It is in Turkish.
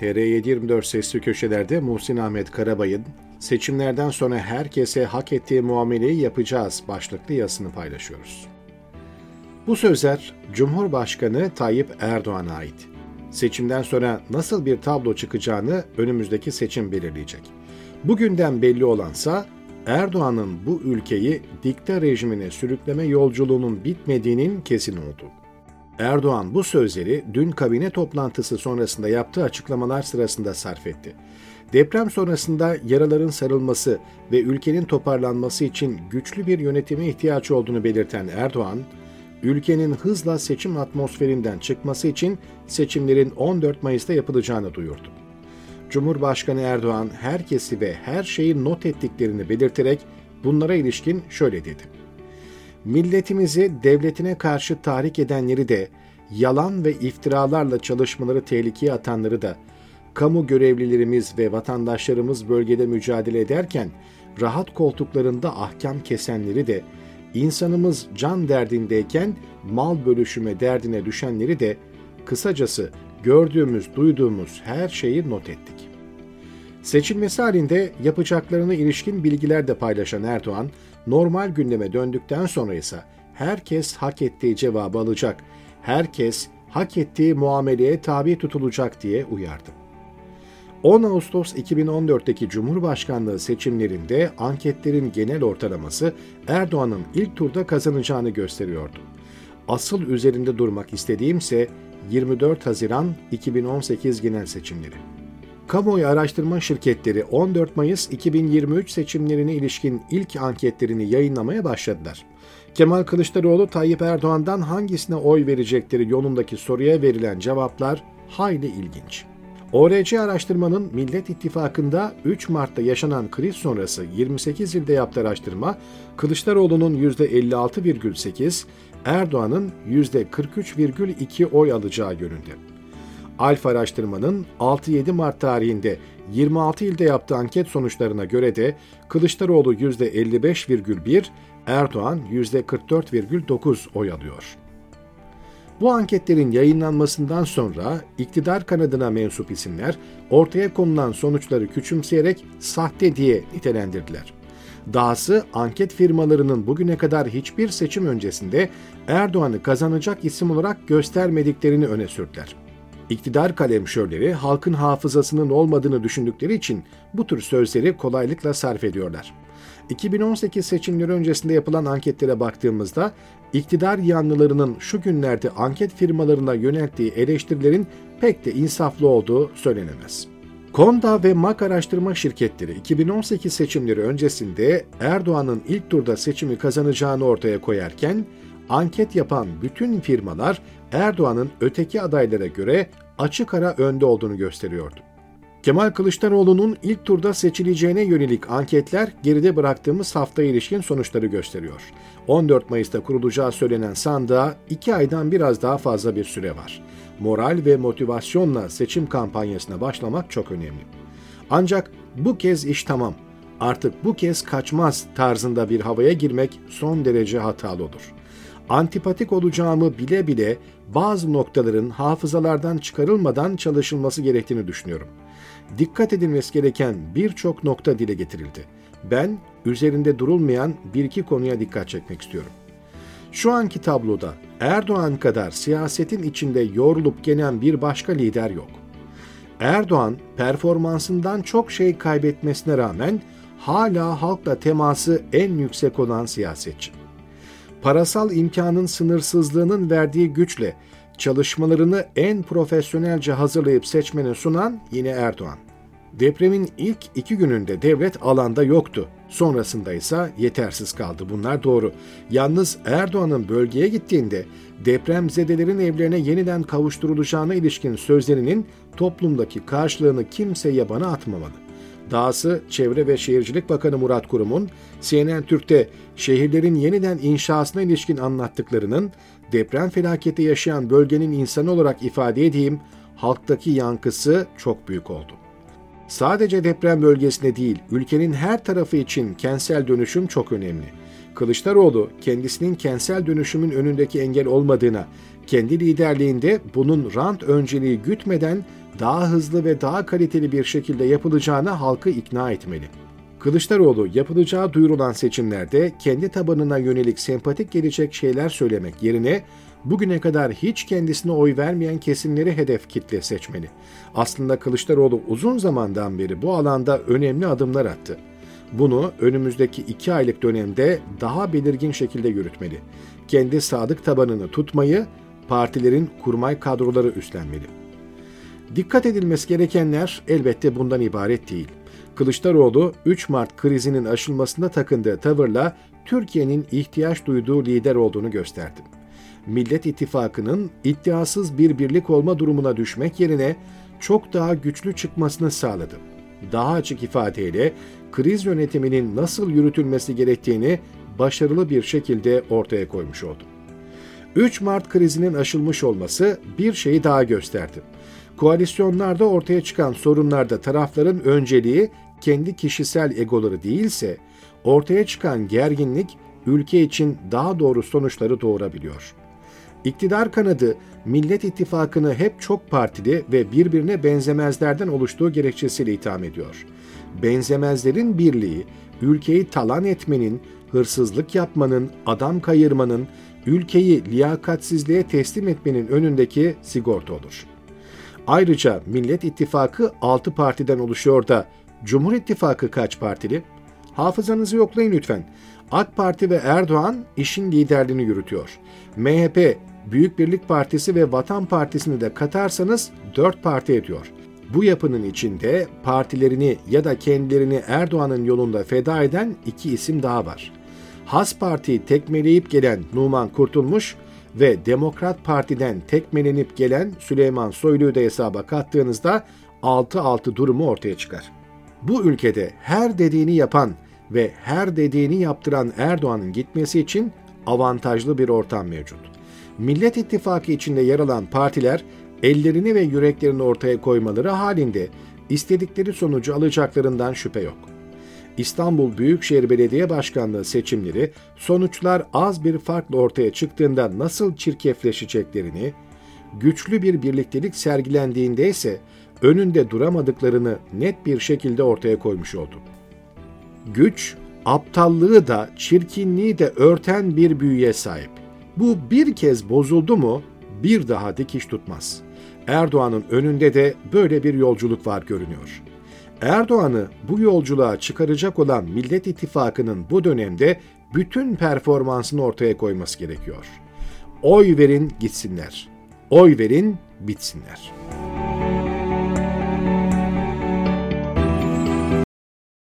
TR724 Sesli Köşeler'de Muhsin Ahmet Karabay'ın "Seçimlerden sonra herkese hak ettiği muameleyi yapacağız" başlıklı yazısını paylaşıyoruz. Bu sözler Cumhurbaşkanı Tayyip Erdoğan'a ait. Seçimden sonra nasıl bir tablo çıkacağını önümüzdeki seçim belirleyecek. Bugünden belli olansa Erdoğan'ın bu ülkeyi dikta rejimine sürükleme yolculuğunun bitmediğinin kesin olduğu. Erdoğan bu sözleri dün kabine toplantısı sonrasında yaptığı açıklamalar sırasında sarf etti. Deprem sonrasında yaraların sarılması ve ülkenin toparlanması için güçlü bir yönetime ihtiyaç olduğunu belirten Erdoğan, ülkenin hızla seçim atmosferinden çıkması için seçimlerin 14 Mayıs'ta yapılacağını duyurdu. Cumhurbaşkanı Erdoğan herkesi ve her şeyi not ettiklerini belirterek bunlara ilişkin şöyle dedi: "Milletimizi devletine karşı tahrik edenleri de, yalan ve iftiralarla çalışmaları tehlikeye atanları da, kamu görevlilerimiz ve vatandaşlarımız bölgede mücadele ederken rahat koltuklarında ahkam kesenleri de, insanımız can derdindeyken mal bölüşüme derdine düşenleri de, kısacası gördüğümüz, duyduğumuz her şeyi not ettik." Seçilmesi halinde yapacaklarına ilişkin bilgiler de paylaşan Erdoğan, normal gündeme döndükten sonra ise herkes hak ettiği cevabı alacak, herkes hak ettiği muameleye tabi tutulacak diye uyardı. 10 Ağustos 2014'teki Cumhurbaşkanlığı seçimlerinde anketlerin genel ortalaması Erdoğan'ın ilk turda kazanacağını gösteriyordu. Asıl üzerinde durmak istediğimse 24 Haziran 2018 genel seçimleri. Kamuoyu araştırma şirketleri 14 Mayıs 2023 seçimlerine ilişkin ilk anketlerini yayınlamaya başladılar. Kemal Kılıçdaroğlu, Tayyip Erdoğan'dan hangisine oy verecekleri yolundaki soruya verilen cevaplar hayli ilginç. ORC araştırmanın Millet İttifakı'nda 3 Mart'ta yaşanan kriz sonrası 28 ilde yaptığı araştırma, Kılıçdaroğlu'nun %56,8, Erdoğan'ın %43,2 oy alacağı yönünde. Alfa araştırmanın 6-7 Mart tarihinde 26 ilde yaptığı anket sonuçlarına göre de Kılıçdaroğlu %55,1, Erdoğan %44,9 oy alıyor. Bu anketlerin yayınlanmasından sonra iktidar kanadına mensup isimler ortaya konulan sonuçları küçümseyerek sahte diye nitelendirdiler. Dahası anket firmalarının bugüne kadar hiçbir seçim öncesinde Erdoğan'ı kazanacak isim olarak göstermediklerini öne sürdüler. İktidar kalemşörleri halkın hafızasının olmadığını düşündükleri için bu tür sözleri kolaylıkla sarf ediyorlar. 2018 seçimleri öncesinde yapılan anketlere baktığımızda iktidar yanlılarının şu günlerde anket firmalarına yönelttiği eleştirilerin pek de insaflı olduğu söylenemez. Konda ve MAK araştırma şirketleri 2018 seçimleri öncesinde Erdoğan'ın ilk turda seçimi kazanacağını ortaya koyarken, anket yapan bütün firmalar Erdoğan'ın öteki adaylara göre açık ara önde olduğunu gösteriyordu. Kemal Kılıçdaroğlu'nun ilk turda seçileceğine yönelik anketler geride bıraktığımız haftaya ilişkin sonuçları gösteriyor. 14 Mayıs'ta kurulacağı söylenen sandığa 2 aydan biraz daha fazla bir süre var. Moral ve motivasyonla seçim kampanyasına başlamak çok önemli. Ancak bu kez iş tamam, artık bu kez kaçmaz tarzında bir havaya girmek son derece hatalı olur. Antipatik olacağımı bile bile bazı noktaların hafızalardan çıkarılmadan çalışılması gerektiğini düşünüyorum. Dikkat edilmesi gereken birçok nokta dile getirildi. Ben üzerinde durulmayan bir iki konuya dikkat çekmek istiyorum. Şu anki tabloda Erdoğan kadar siyasetin içinde yorulup gelen bir başka lider yok. Erdoğan performansından çok şey kaybetmesine rağmen hala halkla teması en yüksek olan siyasetçi. Parasal imkanın sınırsızlığının verdiği güçle çalışmalarını en profesyonelce hazırlayıp seçmene sunan yine Erdoğan. Depremin ilk 2 gününde devlet alanda yoktu. Sonrasında ise yetersiz kaldı. Bunlar doğru. Yalnız Erdoğan'ın bölgeye gittiğinde depremzedelerin evlerine yeniden kavuşturulacağına ilişkin sözlerinin toplumdaki karşılığını kimse yabana atmamalı. Dahası Çevre ve Şehircilik Bakanı Murat Kurum'un CNN Türk'te şehirlerin yeniden inşasına ilişkin anlattıklarının deprem felaketi yaşayan bölgenin insanı olarak ifade edeyim, halktaki yankısı çok büyük oldu. Sadece deprem bölgesinde değil, ülkenin her tarafı için kentsel dönüşüm çok önemli. Kılıçdaroğlu kendisinin kentsel dönüşümün önündeki engel olmadığına, Kendi liderliğinde bunun rant önceliği gütmeden daha hızlı ve daha kaliteli bir şekilde yapılacağına halkı ikna etmeli. Kılıçdaroğlu yapılacağı duyurulan seçimlerde kendi tabanına yönelik sempatik gelecek şeyler söylemek yerine bugüne kadar hiç kendisine oy vermeyen kesimleri hedef kitle seçmeli. Aslında Kılıçdaroğlu uzun zamandan beri bu alanda önemli adımlar attı. Bunu önümüzdeki 2 aylık dönemde daha belirgin şekilde yürütmeli. Kendi sadık tabanını tutmayı partilerin kurmay kadroları üstlenmeli. Dikkat edilmesi gerekenler elbette bundan ibaret değil. Kılıçdaroğlu 3 Mart krizinin aşılmasında takındığı tavırla Türkiye'nin ihtiyaç duyduğu lider olduğunu gösterdi. Millet İttifakı'nın iddiasız bir birlik olma durumuna düşmek yerine çok daha güçlü çıkmasını sağladı. Daha açık ifadeyle kriz yönetiminin nasıl yürütülmesi gerektiğini başarılı bir şekilde ortaya koymuş oldu. 3 Mart krizinin aşılmış olması bir şeyi daha gösterdi. Koalisyonlarda ortaya çıkan sorunlarda tarafların önceliği kendi kişisel egoları değilse, ortaya çıkan gerginlik ülke için daha doğru sonuçları doğurabiliyor. İktidar kanadı, Millet İttifakı'nı hep çok partili ve birbirine benzemezlerden oluştuğu gerekçesiyle itham ediyor. Benzemezlerin birliği, ülkeyi talan etmenin, hırsızlık yapmanın, adam kayırmanın, ülkeyi liyakatsizliğe teslim etmenin önündeki sigorta olur. Ayrıca Millet İttifakı 6 partiden oluşuyor da Cumhur İttifakı kaç partili? Hafızanızı yoklayın lütfen. AK Parti ve Erdoğan işin liderliğini yürütüyor. MHP, Büyük Birlik Partisi ve Vatan Partisi'ni de katarsanız 4 parti ediyor. Bu yapının içinde partilerini ya da kendilerini Erdoğan'ın yolunda feda eden 2 isim daha var. Has Parti'yi tekmeleyip gelen Numan Kurtulmuş ve Demokrat Parti'den tekmelenip gelen Süleyman Soylu'yu da hesaba kattığınızda 6-6 durumu ortaya çıkar. Bu ülkede her dediğini yapan ve her dediğini yaptıran Erdoğan'ın gitmesi için avantajlı bir ortam mevcut. Millet İttifakı içinde yer alan partiler ellerini ve yüreklerini ortaya koymaları halinde istedikleri sonucu alacaklarından şüphe yok. İstanbul Büyükşehir Belediye Başkanlığı seçimleri sonuçlar az bir farkla ortaya çıktığında nasıl çirkefleşeceklerini, güçlü bir birliktelik sergilendiğinde ise önünde duramadıklarını net bir şekilde ortaya koymuş oldu. Güç, aptallığı da çirkinliği de örten bir büyüye sahip. Bu bir kez bozuldu mu bir daha dikiş tutmaz. Erdoğan'ın önünde de böyle bir yolculuk var görünüyor. Erdoğan'ı bu yolculuğa çıkaracak olan Millet İttifakı'nın bu dönemde bütün performansını ortaya koyması gerekiyor. Oy verin gitsinler. Oy verin bitsinler.